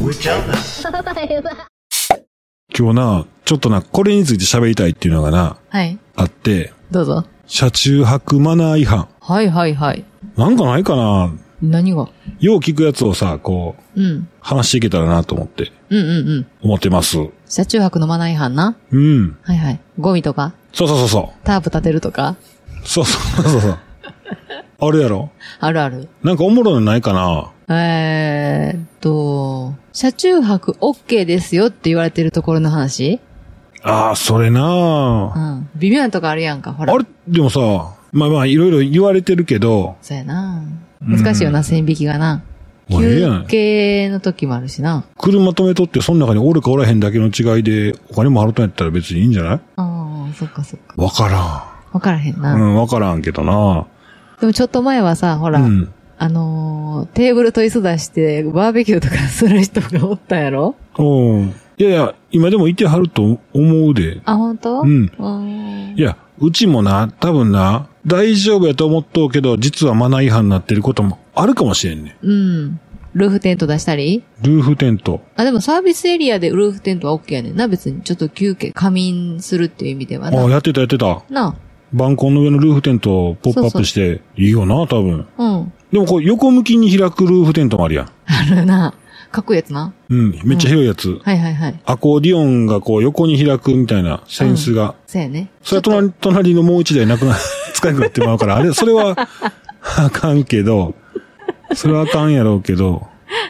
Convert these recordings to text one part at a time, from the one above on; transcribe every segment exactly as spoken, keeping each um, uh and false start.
今日な、ちょっとな、これについて喋りたいっていうのがな、 はい。 あって、 どうぞ。 車中泊マナー違反。 はいはいはい。 なんかないかな。 何が？ よう聞くやつをさ、こう、うん、話していけたらなと思って。 うんうんうん。思ってます。 車中泊のマナー違反な。 うん。 はいはい。ゴミとか。 そうそうそうそう。 タープ立てるとか。 そうそうそうそう。あるやろ？ あるある。 なんかおもろいのないかな？ えーっと、車中泊 OK ですよって言われてるところの話？ ああ、それなうん。微妙なとこあるやんか、ほら。 あれ、でもさ、まあまあいろいろ言われてるけど。 そうやな。難しいよな、うん、線引きがな。休憩の時もあるしな。 車止めとって、その中におるかおらへんだけの違いで、お金も払ったんやったら別にいいんじゃない？ ああ、そっかそっか。 わからん。 わからへんな。 うん、わからんけどな。 でもちょっと前はさ、ほら、うん、あのー、テーブルと椅子出して、バーベキューとかする人がおったんやろ？ うん。いやいや、今でもいてはると思うで。 あ、本当？ うん。いや、うちもな、多分な、大丈夫やと思っとうけど、実はマナー違反になってることもあるかもしれんね。 うん。ルーフテント出したり？ ルーフテント。 あ、でもサービスエリアでルーフテントは OK やねんな、別に。ちょっと休憩、仮眠するっていう意味ではな。 あ、やってたやってた。 なあ。 バンコンの上のルーフテントをポップアップして、そうそういいよな、多分。 うん。 でもこう、横向きに開くルーフテントもあるやん。 あるな。かっこいいやつな。 うん。めっちゃ広いやつ。 うん、はいはいはい。 アコーディオンがこう横に開くみたいなセンスが。うん、 そうやね。 それは隣、隣のもう一台なくな、使えなくなってまうから、あれ、それは、あかんけど、それはあかんやろうけど。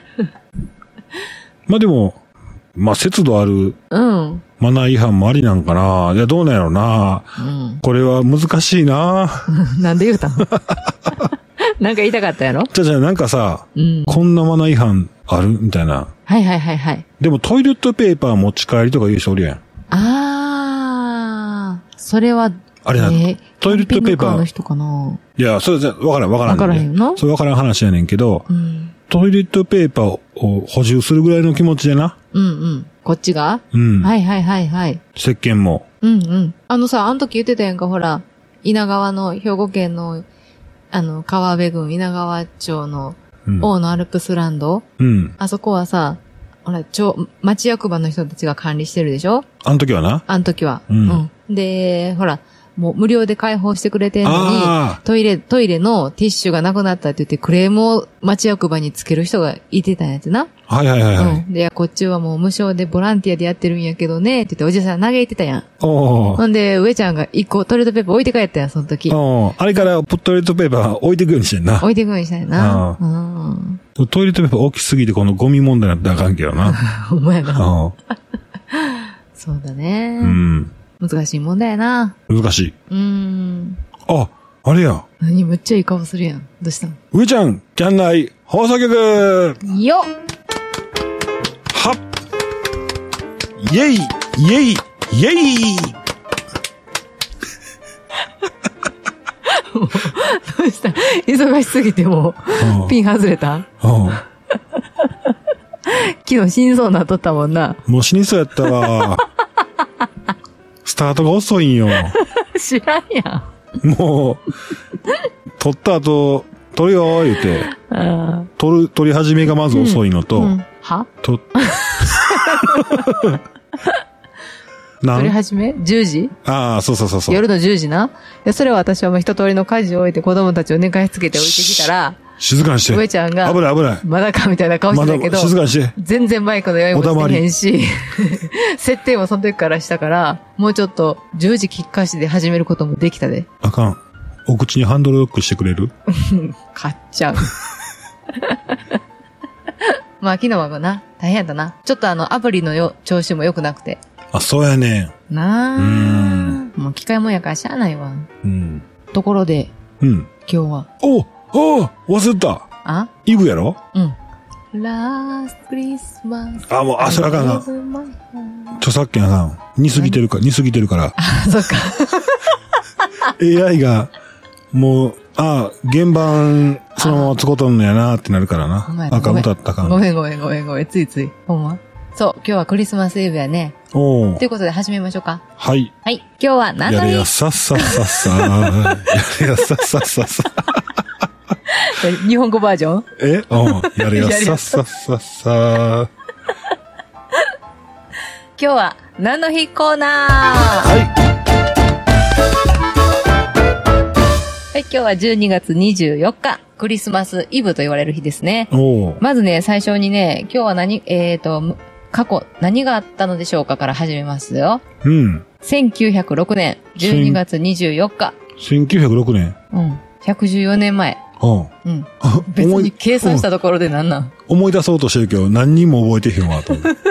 まあでも、まあ節度ある。うん。マナー違反もありなんかな。いや、どうなんやろな。うん。これは難しいな。 なんで言うたのなんか言いたかったやろ？ じゃじゃなんかさ、うん、こんなマナー違反あるみたいな。 はいはいはいはい。 でもトイレットペーパー持ち帰りとか言う人おるやん。 あー、それは、 あれな、えー、トイレットペーパー。 の人かな？ いや、それじゃ、わからんわからん、ね。 わからへんの？ それわからん話やねんけど、うん、トイレットペーパーを補充するぐらいの気持ちでな。 うんうん。こっちが？ うん。 はいはいはいはい。 石鹸も。 うんうん。あのさ、あの時言ってたやんか、ほら、稲川の、兵庫県の、あの、川辺郡稲川町の、大野アルプスランド、うん。あそこはさ、ほら、町、町役場の人たちが管理してるでしょ？あの時はな。 あの時は。うん。うん、で、ほら、もう無料で開放してくれてんのに、トイレ、トイレのティッシュがなくなったって言ってクレームを町役場につける人がいてたんやつな。 はいはいはいはい。 うん。で、こっちはもう無償でボランティアでやってるんやけどね、って言っておじさん嘆いてたやん。 おほんで、上ちゃんが一個トイレットペーパー置いて帰ったやん、その時。 おあれからトイレットペーパー置いてくようにしてんな。 置いてくようにしたんやな。 うん。トイレットペーパー大きすぎてこのゴミ問題になったらあかんけどな。 ほんまやな。そうだね。うん。難しい問題やな。 難しい。 うーん。 あ、あれや。 何むっちゃいい顔するやん。どうしたの？ 上ちゃん、キャン内、放送局よっはっイェイイェイイェイどうした？忙しすぎてもう、ピン外れた？昨日死にそうになっとったもんな。 もう死にそうやったわ。スタートが遅いんよ。 知らんやん。もう、撮った後、撮るよ、言うて。撮る、撮り始めがまず遅いのと。うんうん、 は撮、 撮り始め ?じゅう 時？ ああ、そうそうそうそう。 夜のじゅうじな。で、それは私はもう一通りの家事を終えて子供たちを寝かしつけて置いてきたら、 静かにして。 上ちゃんが、 危ない危ない。 まだかみたいな顔してたけど、 ま、静かにして。 全然マイクの用意もしてへんし、設定もその時からしたから、もうちょっとじゅうじきっかしで始めることもできたで。 あかん。お口にハンドルロックしてくれる？ 買っちゃう。まあ昨日はな、大変やったな。ちょっとあの、アプリのよ調子も良くなくて。 あ、そうやねん。なあ。うん。もう機械もんやからしゃあないわ。うん。ところで、うん。今日は。 おお忘れた。 あ？ イブやろ？ うん。ラストクリスマス。 あ、もう、あ、それあかんな。著作権あかん。似すぎてるか、似すぎてるから。 あ、そっか。 エーアイ が、もう、ああ、原版、そのまま使うとんのやなってなるからな。あかん、歌ったかん。 ごめんごめんごめんごめん、ついつい。ほんま？そう、今日はクリスマスイブやね。 おー。 ということで始めましょうか。 はい。 はい。今日は何の日？ やれやさっさっさっさ。やれやさっさっさっさ。 日本語バージョン？ えうん。やれやさっさっさっさ。 今日は何の日コーナー。 はい。 はい、今日はじゅうにがつにじゅうよっか、クリスマスイブと言われる日ですね。 おまずね、最初にね、今日は何、えーと、過去何があったのでしょうかから始めますよ。 うん。 せんきゅうひゃくろくねんじゅうにがつにじゅうよっか。 せんきゅうひゃくろくねん。 うん。ひゃくじゅうよねんまえ。 ああうん。別に計算したところでなんなん、 思い出そうとしてるけど、何人も覚えてへんわ、と。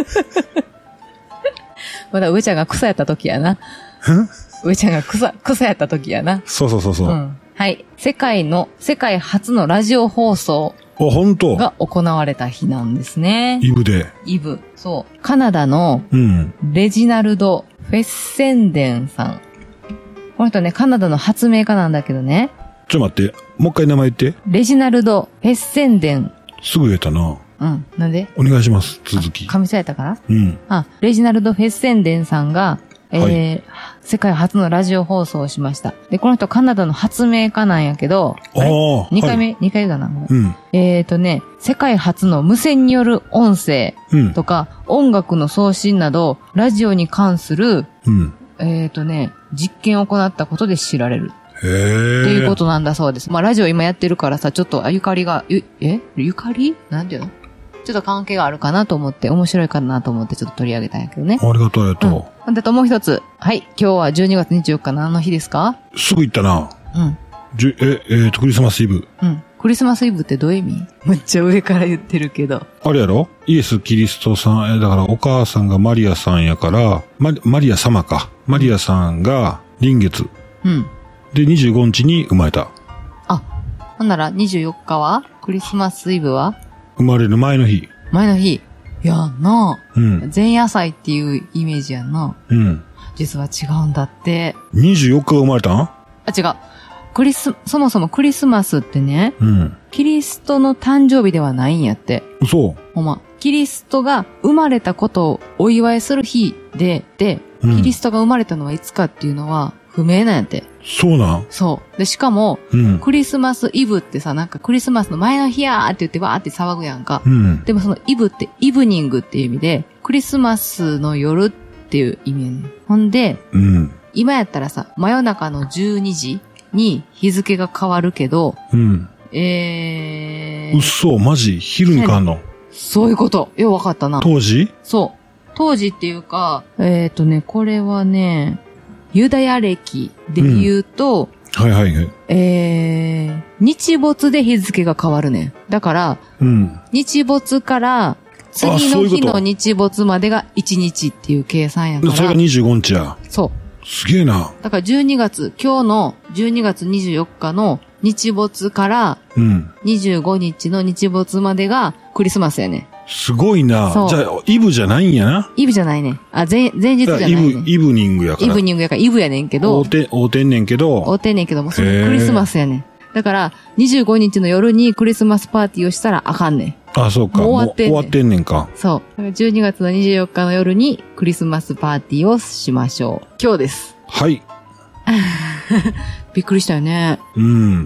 まだ上ちゃんが草やった時やな。上ちゃんが草、草やった時やな。 そうそうそうそう。うん。 はい。世界の、世界初のラジオ放送。 あ、本当が行われた日なんですね。 イブで。 イブ。そう。カナダの、 うん。 レジナルド・フェッセンデンさん。この人ね、カナダの発明家なんだけどね。 ちょっと待って。もう一回名前言って。 レジナルド・フェッセンデン。 すぐ言えたな。 うん。なんで？ お願いします。続き。 噛みされたからうん。 あ、レジナルド・フェッセンデンさんが、えーはい、世界初のラジオ放送をしました。で、この人カナダの発明家なんやけど、 ああ。 にかいめ、はい、にかいだな。 うん。 えっ、ー、とね、世界初の無線による音声とか、うん、音楽の送信など、ラジオに関する、 うん、 えっ、ー、とね、実験を行ったことで知られる。 へー。 っていうことなんだそうです。まあ、ラジオ今やってるからさ、ちょっと、あ、ゆかりが、ゆ、えゆかりなんていうのちょっと関係があるかなと思って、面白いかなと思ってちょっと取り上げたんやけどね。 ありがとう、ありがとう。うん。でともう一つ。はい。今日はじゅうにがつにじゅうよっか何の日ですか？ すぐ行ったな。 うん。 じゅ、え、えーと、クリスマスイブ。 うん。クリスマスイブってどういう意味？めっちゃ上から言ってるけど。 あれやろ？イエス・キリストさん、え、だからお母さんがマリアさんやから、マリ、マリア様か。マリアさんが臨月。 うん。 で、にじゅうごにちに生まれた。 あ、ほんならにじゅうよっかはクリスマスイブは生まれる前の日。 前の日。いやんな。 うん。 前夜祭っていうイメージやんな。 うん。 実は違うんだって。 にじゅうよっかが生まれたん？あ、 違う。クリス、そもそもクリスマスってね。 うん。 キリストの誕生日ではないんやって。 そう。 ほんま。キリストが生まれたことをお祝いする日で、で、うん、キリストが生まれたのはいつかっていうのは不明なんやって。 そうなん？ そう。で、しかも、 うん、 クリスマスイブってさ、なんかクリスマスの前の日やーって言ってわーって騒ぐやんか。 うん、 でもそのイブってイブニングっていう意味で、クリスマスの夜っていう意味やねん。ほんで、 うん、 今やったらさ、真夜中のじゅうにじに日付が変わるけど、 うん、 えー。 うっそ、マジ昼に変わんの？ そういうこと。ようわかったな。 当時？ そう。当時っていうか、えっとね、これはね、ユダヤ歴で言うと、 うん、はいはいはい。 えー、日没で日付が変わるねん。だから、 うん、 日没から次の日の日没までがいちにちっていう計算やから。 それがにじゅうごにちや。 そう。 すげえな。 だからじゅうにがつ、今日のじゅうにがつにじゅうよっかの日没からにじゅうごにちの日没までがクリスマスやねん。 すごいな。じゃあ、イブじゃないんやな。 イブじゃないねん。あ、前、前日じゃないねん。 イブ、イブニングやから。 イブニングやから、イブやねんけど。 おうて、おうてんねんけど。 おうてんねんけども、それクリスマスやねん。だから、にじゅうごにちの夜にクリスマスパーティーをしたらあかんねん。 あ、そうか。もう終わってんねん。終わってんねんか。 そう。じゅうにがつのにじゅうよっかの夜にクリスマスパーティーをしましょう。今日です。 はい。 びっくりしたよね。 うん。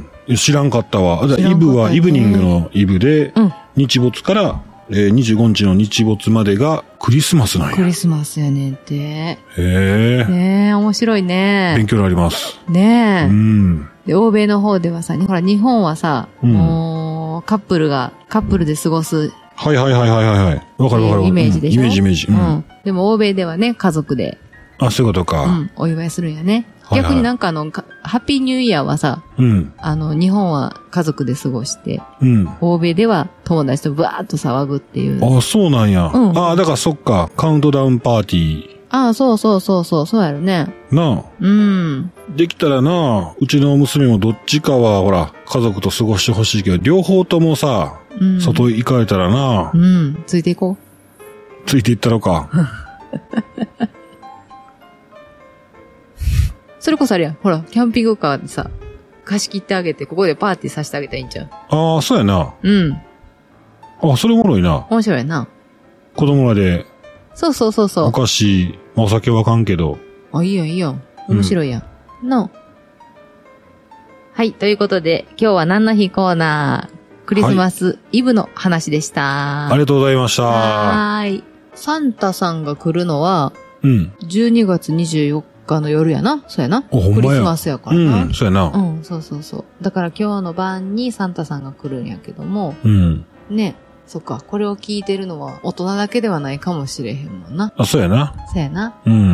知らんかったわ。ったね、イブはイブニングのイブで、うん、日没から、えー、にじゅうごにちの日没までがクリスマスなんや。 クリスマスやねんて。 へえ。 ねえ、面白いね。 勉強になります。 ねえ。 うん。 で、欧米の方ではさ、ほら、日本はさ、うん、もう、カップルが、カップルで過ごす。 はいはいはいはいはい。わかるわかる。 イメージでしょ、 うん、イメージイメージ。うん。うん、 でも欧米ではね、家族で。 あ、そういうことか。 うん、お祝いするんやね。はいはい、逆になんかあの、ハッピーニューイヤーはさ、 うん。 あの、日本は家族で過ごして、 うん。 欧米では友達とブワーッと騒ぐっていう。 あ、そうなんや。うん。あ、だからそっか、カウントダウンパーティー。 ああ、そうそうそうそう、そうやるね。 なあ。 うん。 できたらな、うちの娘もどっちかは、ほら、家族と過ごしてほしいけど、両方ともさ、うん、外行かれたらな。 うん。ついていこう。ついていったろか。 それこそあれや、ほら、キャンピングカーでさ、貸し切ってあげて、ここでパーティーさせてあげたらいいんちゃう？ ああ、そうやな。 うん。 あ、それおもろいな。 面白いな。 子供らで。 そうそうそうそう。 お菓子、お酒はあかんけど。 あ、いいやんいいやん。面白いやん。うん、の。はい、ということで、今日は何の日コーナー、クリスマスイブの話でした。 はい、ありがとうございました。 はーい。 サンタさんが来るのは、 うん。 じゅうにがつにじゅうよっかの夜やな。そうやな。 お、ほんまや。 クリスマスやからな。 うん、そうやな。 うん、そうそうそう。だから今日の晩にサンタさんが来るんやけども、 うん。 ね、そっか、これを聞いてるのは大人だけではないかもしれへんもんな。 あ、そうやな。 そうやな。 うん。 うん。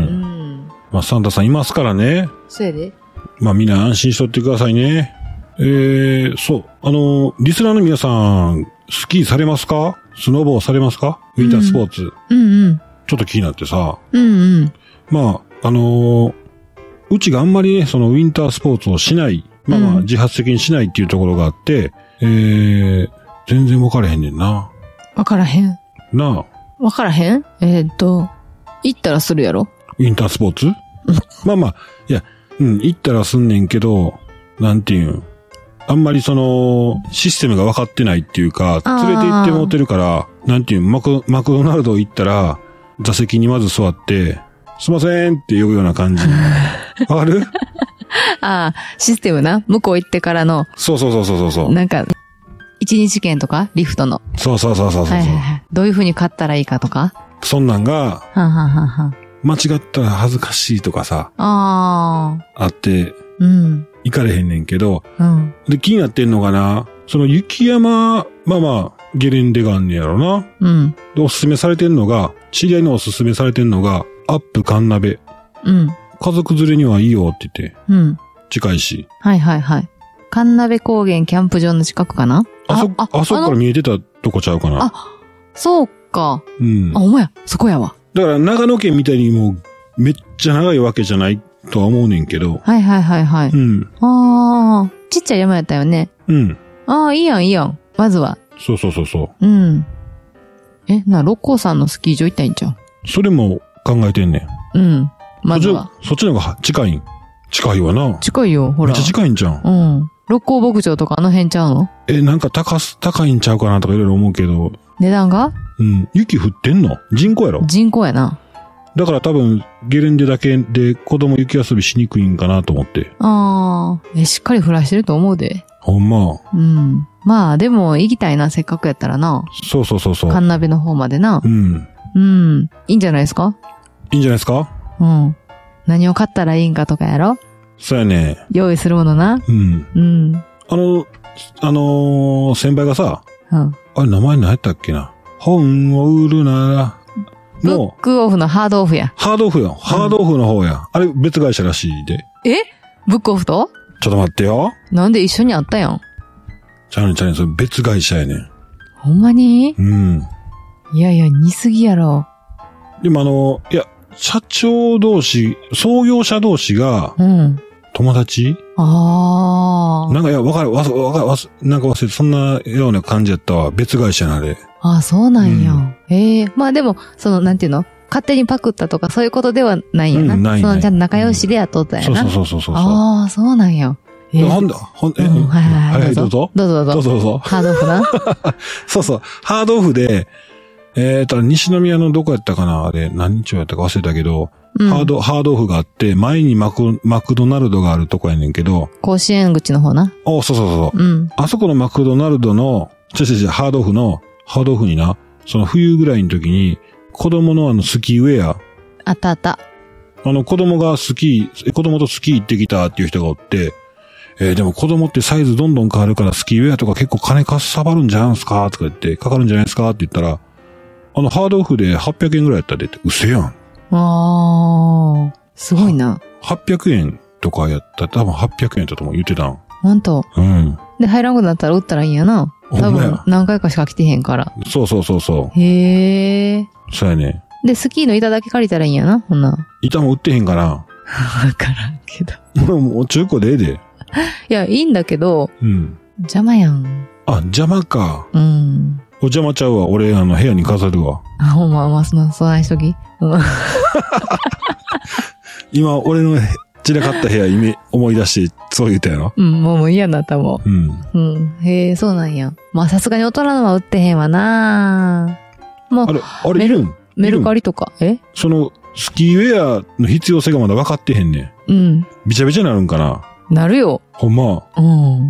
まあ、サンタさんいますからね。 そうやで。 まあ、みんな安心しとってくださいね。えー、そう。あの、リスナーの皆さん、スキーされますか？スノボーされますか？ウィンタースポーツ。 うんうん。 ちょっと気になってさ。 うんうん。 まあ、あのー、うちがあんまりね、そのウィンタースポーツをしない。まあまあ、自発的にしないっていうところがあって、うん、えー、全然分からへんねんな。 分からへん。 なあ。 分からへん？えー、っと、行ったらするやろ？ ウィンタースポーツまあまあ、いや、うん、行ったらすんねんけど、なんていうん。あんまりその、システムが分かってないっていうか、連れて行ってもってるから、なんていうマク、マクドナルド行ったら、座席にまず座って、すいませんって呼ぶような感じ。わかる？ ああ、システムな。向こう行ってからの。 そうそうそうそうそう。 なんか、一日券とかリフトの。 そうそうそうそうそう。はいはいはい。 どういう風に買ったらいいかとか。 そんなんが、はははは間違ったら恥ずかしいとかさ。 ああ。あって、 うん。 行かれへんねんけど。 うん。 で、気になってんのかな。その雪山、まあまあ、ゲレンデがあんねやろな。 うん。 で、おすすめされてんのが、知り合いのおすすめされてんのが、アップカンナベ。 うん。 家族連れにはいいよって言って。 うん。 近いし。 はいはいはい。神鍋高原キャンプ場の近くかな？ あそ、あ、あそこから見えてたとこちゃうかな。 あ、そうか。 うん。 あ、お前や、そこやわ。 だから長野県みたいにもう、めっちゃ長いわけじゃないとは思うねんけど。 はいはいはいはい。 うん。 ああ、ちっちゃい山やったよね。 うん。 ああ、いいやんいいやん。まずは。 そうそうそうそう。 うん。え、な、六甲山のスキー場行ったらいいんちゃう？ それも考えてんねん。うん。まずは。 そっちの方が近いん？近いわな。 近いよ、ほら。 めっちゃ近いんじゃん。 うん。六甲牧場とかあの辺ちゃうの？ え、なんか高す、高いんちゃうかなとかいろいろ思うけど。 値段が？ うん。雪降ってんの？人工やろ？ 人工やな。 だから多分、ゲレンデだけで子供雪遊びしにくいんかなと思って。 ああ。え、しっかり降らしてると思うで。 ほんま。 うん。まあ、でも行きたいな、せっかくやったらな。 そうそうそうそう。 神鍋の方までな。 うん。 うん。いいんじゃないですか？ いいんじゃないですか？ うん。何を買ったらいいんかとかやろ？ そうやね。 用意するものな。 うん。 うん。 あの、あのー、先輩がさ、 うん。 あれ名前何やったっけな。本を売るなら、 ブックオフのハードオフや。 ハードオフよ。ハードオフの方や。うん、あれ別会社らしいで。 え？ブックオフと？ ちょっと待ってよ。 なんで一緒にあったやん。 ちゃうねんちゃうねん、それ別会社やねん。 ほんまに？ うん。 いやいや、似すぎやろ。 でもあの、いや、社長同士、創業者同士が、うん。友達？ ああ。 なんか、いや、わかる、わ、わかる、わ、なんか忘れて、そんなような感じやったわ。別会社なれ。 ああ、そうなんや。うん、ええー、まあでも、その、なんていうの？勝手にパクったとかそういうことではないんやな。うん、ない、ない。その、ちゃんと仲良しで雇ったんやな。 うん、そうそうそうそうそう。 ああ、そうなんや。 えー、ほんだ、ほん、え、うん、はいはいはい。どうぞ。 どうぞどうぞ。 どうぞどうぞ。 ハードオフな。 そうそう。ハードオフで、えーと、西宮のどこやったかなあれ、何日やったか忘れたけど、うん、ハード、ハードオフがあって、前にマク、マクドナルドがあるとこやねんけど。 甲子園口の方な。 おそうそうそう。 うん。 あそこのマクドナルドの、ちょちょちょ、ハードオフの、ハードオフにな、その冬ぐらいの時に、子供のあのスキーウェア。 あったあった。 あの子供がスキー、子供とスキー行ってきたっていう人がおって、えー、でも子供ってサイズどんどん変わるからスキーウェアとか結構金かさばるんじゃないですかとか言って、かかるんじゃないですかって言ったら、あのハードオフではっぴゃくえんぐらいやったでって、うせやん。 ああ、すごいな。 はっぴゃくえんとかやったら多分はっぴゃくえんだとも言ってたん。 ほんと。 うん。 で、入らんくなったら売ったらいいんやな。多分何回かしか来てへんから。 そうそうそうそう。 へえ。 そうやね。 で、スキーの板だけ借りたらいいんやな、ほんな。 板も売ってへんかな。 わからんけど。もう中古でええで。 いや、いいんだけど、うん。邪魔やん。 あ、邪魔か。 うん。 お邪魔ちゃうわ。俺、あの、部屋に飾るわ。 あ、ほんま、まあ、その、そないしとき。うん、 今、俺の散らかった部屋、意味、思い出して、そう言ったやろ。 うん、もうもう嫌になったもん。 うん。 うん。へえ、そうなんや。まあ、さすがに大人のは売ってへんわな。もう、 あれ、あれメル、メルカリとか、えその、スキーウェアの必要性がまだ分かってへんねん。 うん。 びちゃびちゃになるんかな。 なるよ。 ほんま。 うん。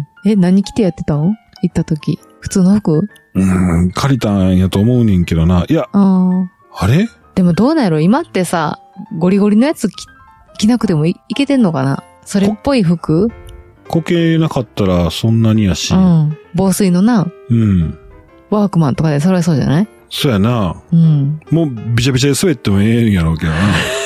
え、何着てやってたの？行った時。普通の服？ うん、借りたんやと思うねんけどな。いや、ああれでもどうなんやろ今ってさ、ゴリゴリのやつ着、着なくても い, いけてんのかなそれっぽい服こけなかったらそんなにやし。 うん。防水のな。 うん。 ワークマンとかで揃えそうじゃない？ そうやな。 うん。 もうびちゃびちゃで滑ってもええんやろうけどな。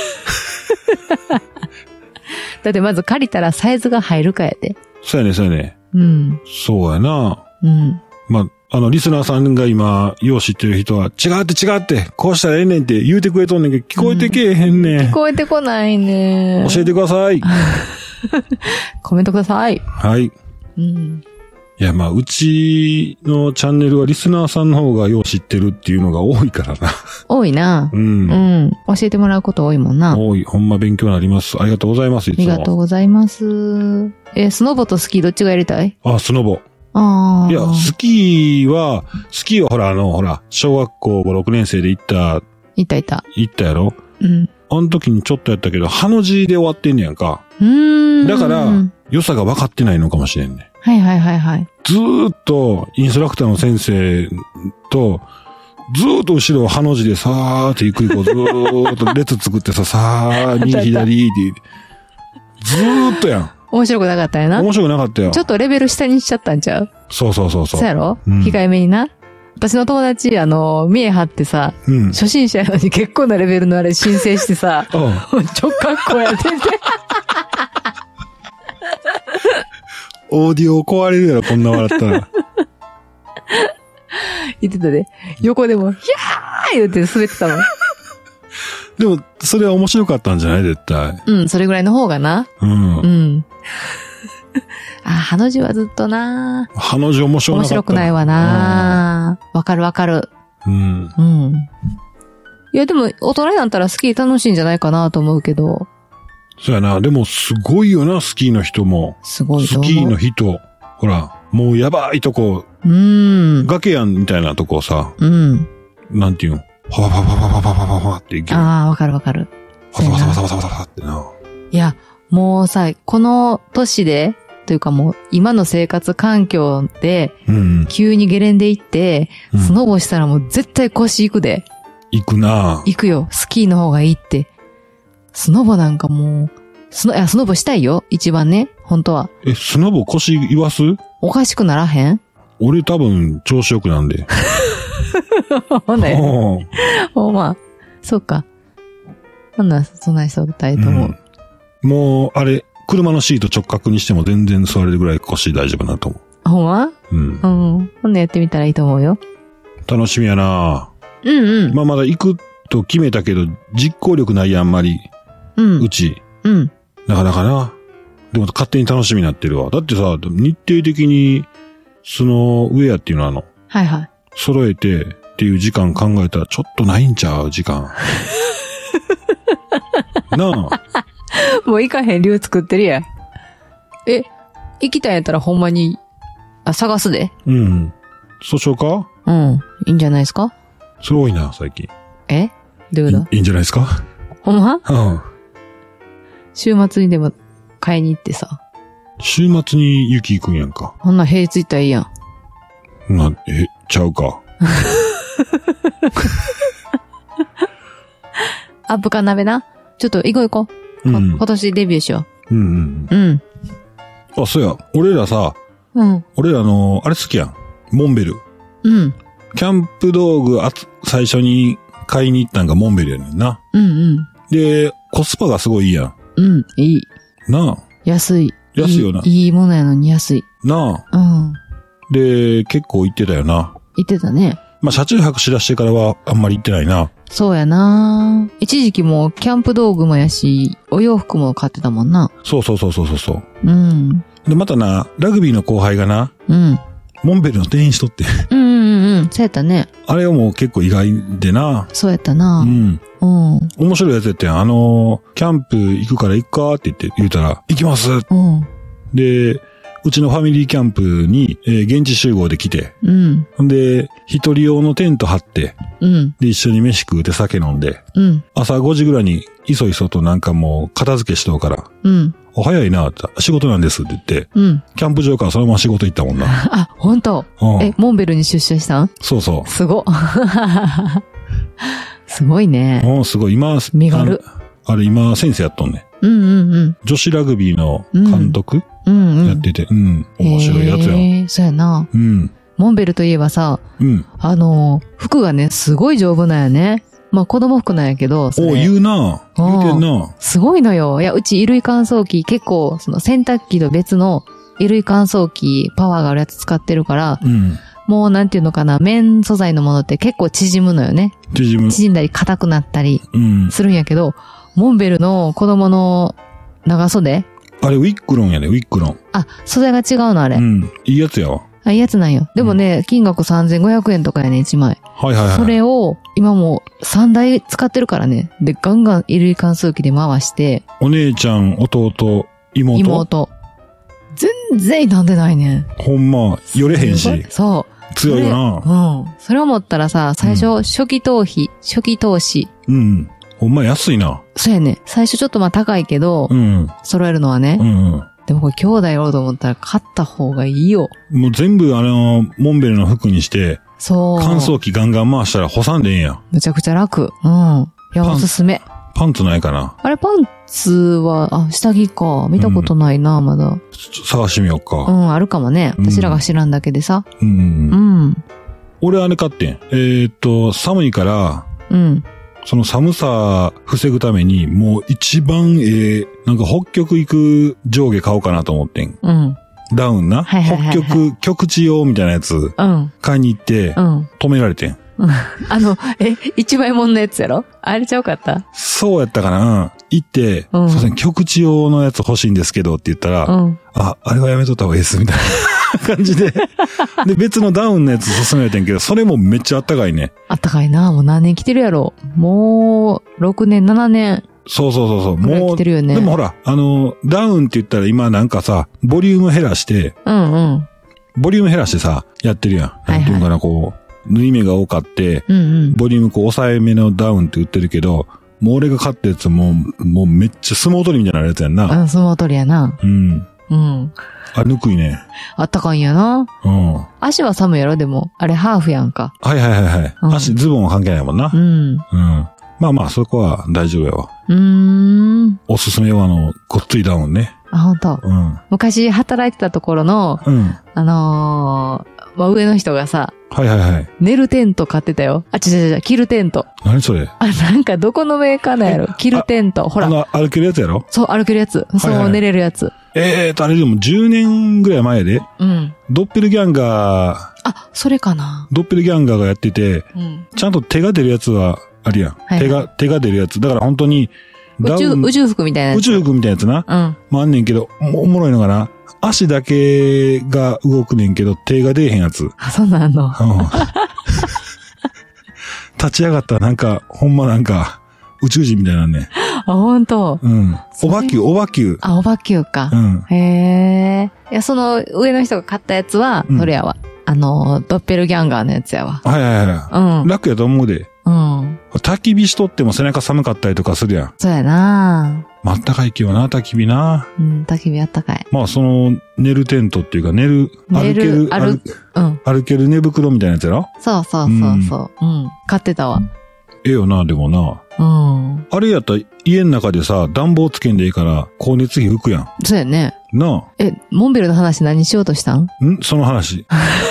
だってまず借りたらサイズが入るかやで。 そうやね、そうやね。 うん。 そうやな。 うん。 まあ、あの、リスナーさんが今、よう知ってる人は、違うって違うって、こうしたらええねんって言うてくれとんねんけど、聞こえてけえへんねん。うん、 聞こえてこないね。 教えてください。 コメントください。 はい。 うん。 いや、まあ、うちのチャンネルはリスナーさんの方がよう知ってるっていうのが多いからな。 多いな。 うん。 うん。教えてもらうこと多いもんな。 多い。ほんま勉強になります。ありがとうございます。いつも。 ありがとうございます。え、スノボとスキーどっちがやりたい？ あ、スノボ。 ああ。 いや、スキーは、スキーはほら、あの、ほら、小学校ご、ろくねん生で行った。 いたいた。 行ったやろ？ うん。 あの時にちょっとやったけど、ハの字で終わってんねやんか。 うーん。 だから、良さが分かってないのかもしれんね。 はいはいはいはい。 ずーっと、インストラクターの先生と、ずーっと後ろ、ハの字でさーってゆっくりこう、ずーっと列作ってさ、さー、右左って、ずーっとやん。 面白くなかったんやな。 面白くなかったよ。 ちょっとレベル下にしちゃったんちゃう？そうそうそうそう。 そうやろ？ うん、 控えめにな。私の友達、あの、見え張ってさ、うん、初心者やのに結構なレベルのあれ申請してさ、直角行やってて。 オーディオ壊れるやろ、こんな笑ったら。 言ってたで。横でも、ヒャー言って滑ってたもん。 でも、それは面白かったんじゃない絶対。 うん、それぐらいの方がな。 うん。 うん。あ、ハの字はずっとな。 ハの字面白くなかった。 面白くないわな。わかるわかる。 うん。 うん。いや、でも、大人になったらスキー楽しいんじゃないかなと思うけど。 そうやな。でも、すごいよな、スキーの人も。 すごいと思う。 スキーの人。ほら、もうやばいとこ。 うん。 崖やんみたいなとこさ。 うん。 なんていうの？ファファファファファファファファファっていける。 ああ、わかるわかる。 ファファファファファファファってな。 いや、もうさ、この年で、というかもう、今の生活環境で、うん、急にゲレンデ行って、うん、スノボしたらもう絶対腰行くで。 行くな。 行くよ。スキーの方がいいって。スノボなんかもう、スノ、いや、スノボしたいよ。一番ね。本当は。 え、スノボ腰言わす？ おかしくならへん？ 俺多分調子よくなんで。 ほんなよ。ほんま。そうか。ほんなら、そんなにそうたいと思う。 うん、もう、あれ、車のシート直角にしても全然座れるぐらい腰大丈夫なと思う。 ほんま？ うん。 うん。ほんなやってみたらいいと思うよ。 楽しみやな。 うんうん。 まあまだ行くと決めたけど、実行力ないやんまり。 うん。 うち。 うん。 なかなかな。でも勝手に楽しみになってるわ。だってさ、日程的に、その、ウェアっていうのはあの、 はいはい。 揃えてっていう時間考えたらちょっとないんちゃう時間。なあ。 もう行かへん理由作ってるやん。え、行きたいんやったらほんまに、あ、探すで。 うん。そうしようか？ うん。いいんじゃないですか？ それ多いな、最近。 え？どういうこと？ いいんじゃないですか？ ほんま？ うん。 週末にでも買いに行ってさ。 週末に雪行くんやんか。 ほんな平日行ったらいいやん。 な、え、ちゃうか。 アップか鍋な。ちょっと行こう行こう。うん、今年デビューしよう。うんうん。うん。 あ、そうや。俺らさ、 うん。 俺らの、あれ好きやん。モンベル。 うん。 キャンプ道具あつ、最初に買いに行ったんがモンベルやねんな。 うんうん。 で、コスパがすごいいいやん。 うん、いい。 なあ。 安い。 安いよな。 いいものやのに安い。 なあ。うん。 で、結構行ってたよな。 行ってたね。 まあ、車中泊しだしてからはあんまり行ってないな。 そうやな。一時期もキャンプ道具もやし、お洋服も買ってたもんな。 そうそうそうそうそう。 うん。 で、またな、ラグビーの後輩がな、 うん。 モンベルの店員しとって。 うんうんうん。そうやったね。 あれはもう結構意外でな。 そうやったな。 うん。 うん。 面白いやつやったやん。あの、キャンプ行くから行くかって言って言うたら、行きます。 うん。 で、うちのファミリーキャンプに、えー、現地集合で来て、 うん。 で、一人用のテント張って、 うん。 で、一緒に飯食うて酒飲んで、 うん。 朝ごじぐらいに、いそいそとなんかもう、片付けしとうから、 うん。 お早いなって、仕事なんですって言って、 うん。 キャンプ場からそのまま仕事行ったもんな。 あ、本当。うん。え、モンベルに出社したん？ そうそう。 すご。 すごいね。 うん、すごい。今、 身軽。 あれ今先生やっとんね。 うんうんうん。 女子ラグビーの監督、うん、うんうん、やってて、うん。面白いやつや。 へえ、そうやな。 うん。 モンベルといえばさ、うん。あの、服がね、すごい丈夫なんやね。まあ子供服なんやけど。 お、言うな。言うてんな。 すごいのよ。いや、うち衣類乾燥機結構、その洗濯機と別の衣類乾燥機パワーがあるやつ使ってるから、うん。もうなんていうのかな、綿素材のものって結構縮むのよね。 縮む。 縮んだり硬くなったりするんやけど、うん、モンベルの子供の長袖あれウィックロンやね、ウィックロン。 あ、素材が違うのあれ。 うん。いいやつやわ。 あ、いいやつなんよ。でもね、うん、金額さんぜんごひゃくえんとかやね、いちまい。 はいはいはい。 それを、今もうさんだい使ってるからね。で、ガンガン衣類乾燥機で回して。 お姉ちゃん、弟、妹。 妹。全然傷んでないね。 ほんま、よれへんし。 そう。 強いよな。 うん。それ思ったらさ、最初、うん、初期投資、初期投資。 うん。ほんま安いな。 そうやね。最初ちょっとまあ高いけど、うん。揃えるのはね。うんうん。でもこれ兄弟やろうと思ったら買った方がいいよ。 もう全部あの、モンベルの服にして、そう。乾燥機ガンガン回したら干さんでええんや。 めちゃくちゃ楽。うん。いや、おすすめ。 パンツないかな？ あれ、パンツは、あ、下着か。見たことないな、うん、まだ。 探してみようか。 うん、あるかもね。私らが知らんだけでさ。 うん。うん。俺あれ買ってん。えー、っと、寒いから、うん。その寒さ防ぐために、もう一番ええ、なんか北極行く上下買おうかなと思ってん。うん。ダウンな。はいはいはいはい、北極、極地用みたいなやつ。うん。買いに行って、うん。止められてん。 うん。あの、え、一枚もんのやつやろ？あれちゃうかった？ そうやったかな。行って、うん。すいません、極地用のやつ欲しいんですけどって言ったら、うん。あ、あれはやめとった方がいいです、みたいな感じで。で、別のダウンのやつ勧められてんけど、それもめっちゃあったかいね。 あったかいな。もう何年来てるやろ。もう、ろくねん、ななねん。 そうそうそうそう。もう、 来てるよね。 でもほら、あの、ダウンって言ったら今なんかさ、ボリューム減らして、うんうん。ボリューム減らしてさ、やってるやん。はいはい、なんていうのかな、こう、縫い目が多かって、うんうん、ボリュームこう抑えめのダウンって売ってるけど、もう俺が買ったやつもう、もうめっちゃ相撲取りみたいなやつやんな。 うん、相撲取りやな。 うん。うん。あ、ぬくいね。 あったかいんやな。うん。足は寒いやろ、でも。あれハーフやんか。 はいはいはいはい。うん、足、ズボンは関係ないもんな。うん。うん。まあまあ、そこは大丈夫やわ。うーん。おすすめはあの、ごっついダウンね。 あ、ほんと。うん。昔働いてたところの、うん。あのー、まあ、上の人がさ、 はいはいはい。 寝るテント買ってたよ。あ、違う違う違う、着るテント。 何それ？ あ、なんかどこのメーカーなんやろ？着るテント。ほら。 あの、歩けるやつやろ？ そう、歩けるやつ。そう、はいはい、寝れるやつ。 ええーと、あれでもじゅうねんぐらい前で。うん。ドッペルギャンガー。 あ、それかな。 ドッペルギャンガーがやってて、うん。ちゃんと手が出るやつはあるやん。はいはい、手が、手が出るやつ。だから本当に、 宇宙、宇宙服みたいなやつ。 宇宙服みたいなやつな。うん。まあ、あんねんけど、おもろいのかな。足だけが動くねんけど、手が出えへんやつ。 あ、そうなんの。うん。 立ち上がったらなんか、ほんまなんか、宇宙人みたいなんね。 あ、ほんと。 うん。おばきゅう、おばきゅう。 あ、おばきゅうか。うん。へえ。いや、その上の人が買ったやつは、それやわ。うん、あの、ドッペルギャンガーのやつやわ。 はいはいはい。うん。楽やと思うで。うん。焚き火しとっても背中寒かったりとかするやん。 そうやな。 まあ、あったかい気はな、焚き火な。 うん、焚き火あったかい。 まあ、その、寝るテントっていうか、寝る、歩ける、歩、うん、歩ける寝袋みたいなやつやろ？ そうそうそうそう。うん。うん、買ってたわ。 ええよな、でもな。うん。あれやったら家の中でさ、暖房つけんでいいから、光熱費浮くやん。 そうやね。 なあ。 え、モンベルの話何しようとしたん？んその話。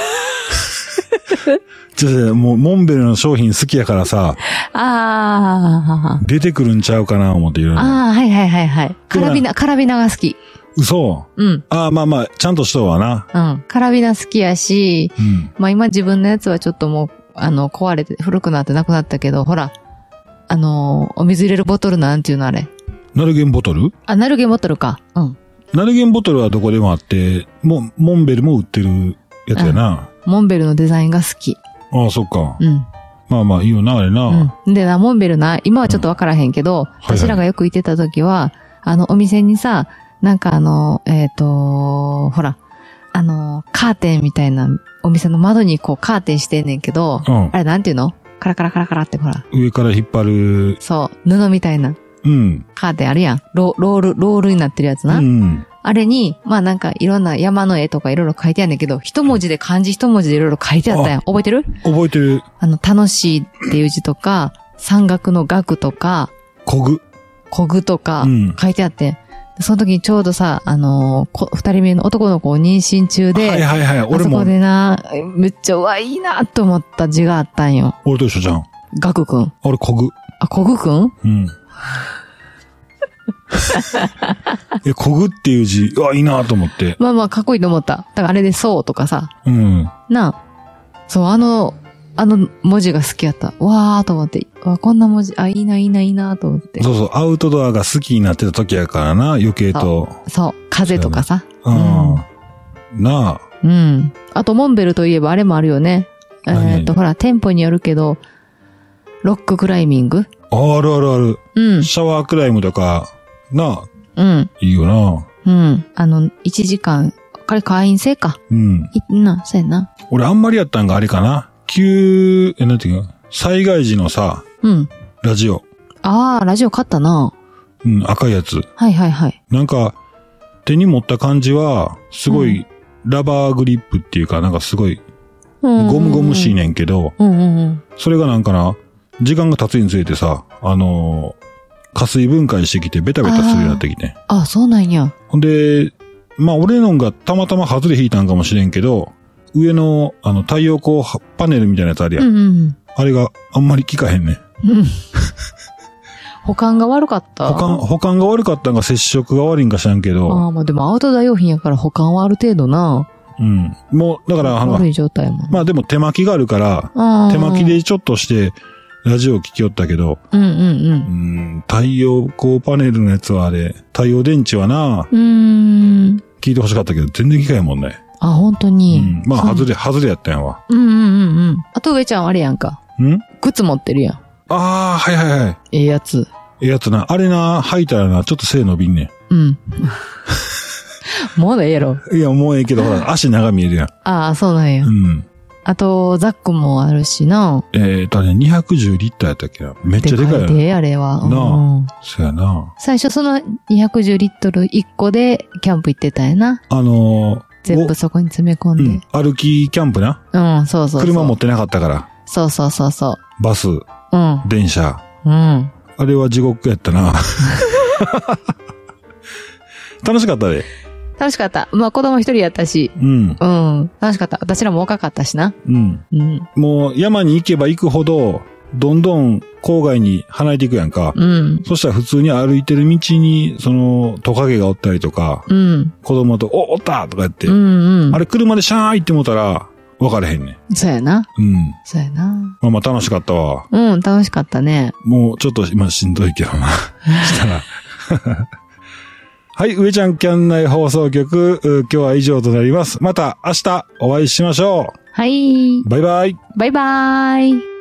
じゃあ、もう、モンベルの商品好きやからさ。ああ。出てくるんちゃうかな、思っている。 ああ、はいはいはいはい。カラビナ、カラビナが好き。 嘘？うん。ああ、まあまあ、ちゃんとしとうわな。 うん。カラビナ好きやし、うん。まあ今自分のやつはちょっともう、あの、壊れて、古くなってなくなったけど、ほら、あの、お水入れるボトルなんていうのあれ。 ナルゲンボトル？ あ、ナルゲンボトルか。うん。 ナルゲンボトルはどこでもあって、もう、モンベルも売ってるやつやな。 モンベルのデザインが好き。 ああ、そっか。うん。まあまあ、いいよな、あれな。 うん。でな、モンベルな、今はちょっとわからへんけど、うん、私らがよく行ってた時は、はいはい、あの、お店にさ、なんかあの、えっと、ほら、あの、カーテンみたいな、お店の窓にこうカーテンしてんねんけど、うん、あれなんていうの？カラカラカラカラってほら。 上から引っ張る。 そう、布みたいな。うん。カーテンあるやん。ロロール、ロールになってるやつな。うん。あれに、まあなんかいろんな山の絵とかいろいろ書いてあるんだけど、一文字で漢字一文字でいろいろ書いてあったやん。覚えてる？ 覚えてる。 あの、楽しいっていう字とか、 山岳の岳とか、 こぐ。 こぐとか、書いてあって、うん、その時にちょうどさ、あのー、二人目の男の子を妊娠中で、 はいはいはい、俺も。 あそこでな、めっちゃうわ、いいなと思った字があったんよ。 俺と一緒じゃん。 岳くん。 俺、こぐ。 あ、こぐくん？ うん。え、こぐっていう字、うわ、いいなと思って。 まあまあ、かっこいいと思った。だからあれでそうとかさ。 うん。 なあ。そう、あの、あの文字が好きやった。わーと思って。わ、こんな文字、あ、いいな、いいな、いいなと思って。 そうそう、アウトドアが好きになってた時やからな、余計と。 そう、そう風とかさ。 うん。うん、なあ。 うん。あと、モンベルといえばあれもあるよね。えー、っと、ほら、店舗によるけど、ロッククライミング？ あ、あるあるある。 うん。 シャワークライムとか、なあ。 うん。 いいよな。 うん。あの、いちじかん、これ会員制か。 うん。 いな、そうやな。 俺あんまりやったんがあれかな。急、え、なんていうか、災害時のさ、 うん。 ラジオ。 ああ、ラジオ買ったな。 うん、赤いやつ。 はいはいはい。 なんか、手に持った感じは、すごい、ラバーグリップっていうか、なんかすごい、ゴムゴムしいねんけど、 うんうんうん、それがなんかな、時間が経つにつれてさ、あのー、加水分解してきてベタベタするようになってきて。 ああ、そうなんや。 ほんで、まあ俺のがたまたま外れ引いたんかもしれんけど、上の、あの、太陽光パネルみたいなやつあるやん。うんうん、あれがあんまり効かへんね。うん。 保管が悪かった保管、保管が悪かったんが接触が悪いんか知らんけど。 ああ、まあでもアウトドア用品やから保管はある程度な。 うん。もう、だから、あの、 悪い状態も。 まあでも手巻きがあるから、手巻きでちょっとして、ラジオ聞きよったけど。 うんうんうん。 うん、太陽光パネルのやつはあれ、太陽電池はな、 うん。 聞いてほしかったけど、全然聞かへんもんね。 あ、本当に。 うん、まあ、外れ、外れやったんやわ。 うんうんうんうん。あと上ちゃんあれやんか。 ん靴持ってるやん。 ああ、はいはいはい。 ええやつ。 ええやつな。あれな、履いたらな、ちょっと背伸びんねん。うん。もうええやろ。 いや、もうええけど、ほら、足長見えるやん。 ああ、そうなんや。うん。あと、ザックもあるしな。 えーとね、にひゃくじゅうリッターやったっけな。めっちゃでかいやろ。 でかいで、あれは。 なあ。うん、そうやな。 最初そのにひゃくじゅうリットルいっこでキャンプ行ってたんやな。 あのー、 全部そこに詰め込んで。うん、 歩きキャンプな。 うん、そうそうそう。 車持ってなかったから。 そうそうそうそう。 バス。うん。電車。 うん。 あれは地獄やったな。楽しかったで。 楽しかった。まあ子供一人やったし。うん。うん。楽しかった。私らも若かったしな。 うん。うん。もう山に行けば行くほど、どんどん郊外に離れていくやんか。うん。そしたら普通に歩いてる道に、その、トカゲがおったりとか。うん。子供と、お、おったとか言って。うんうん。あれ車でシャーン行ってもうたら、分かれへんねん。 そうやな。 うん。 そうやな。 まあまあ楽しかったわ。 うん、楽しかったね。 もうちょっと今しんどいけどな。したら。はい、上ちゃんキャン内放送局、今日は以上となります。また明日お会いしましょう。 はい。 バイバイ。 バイバイ。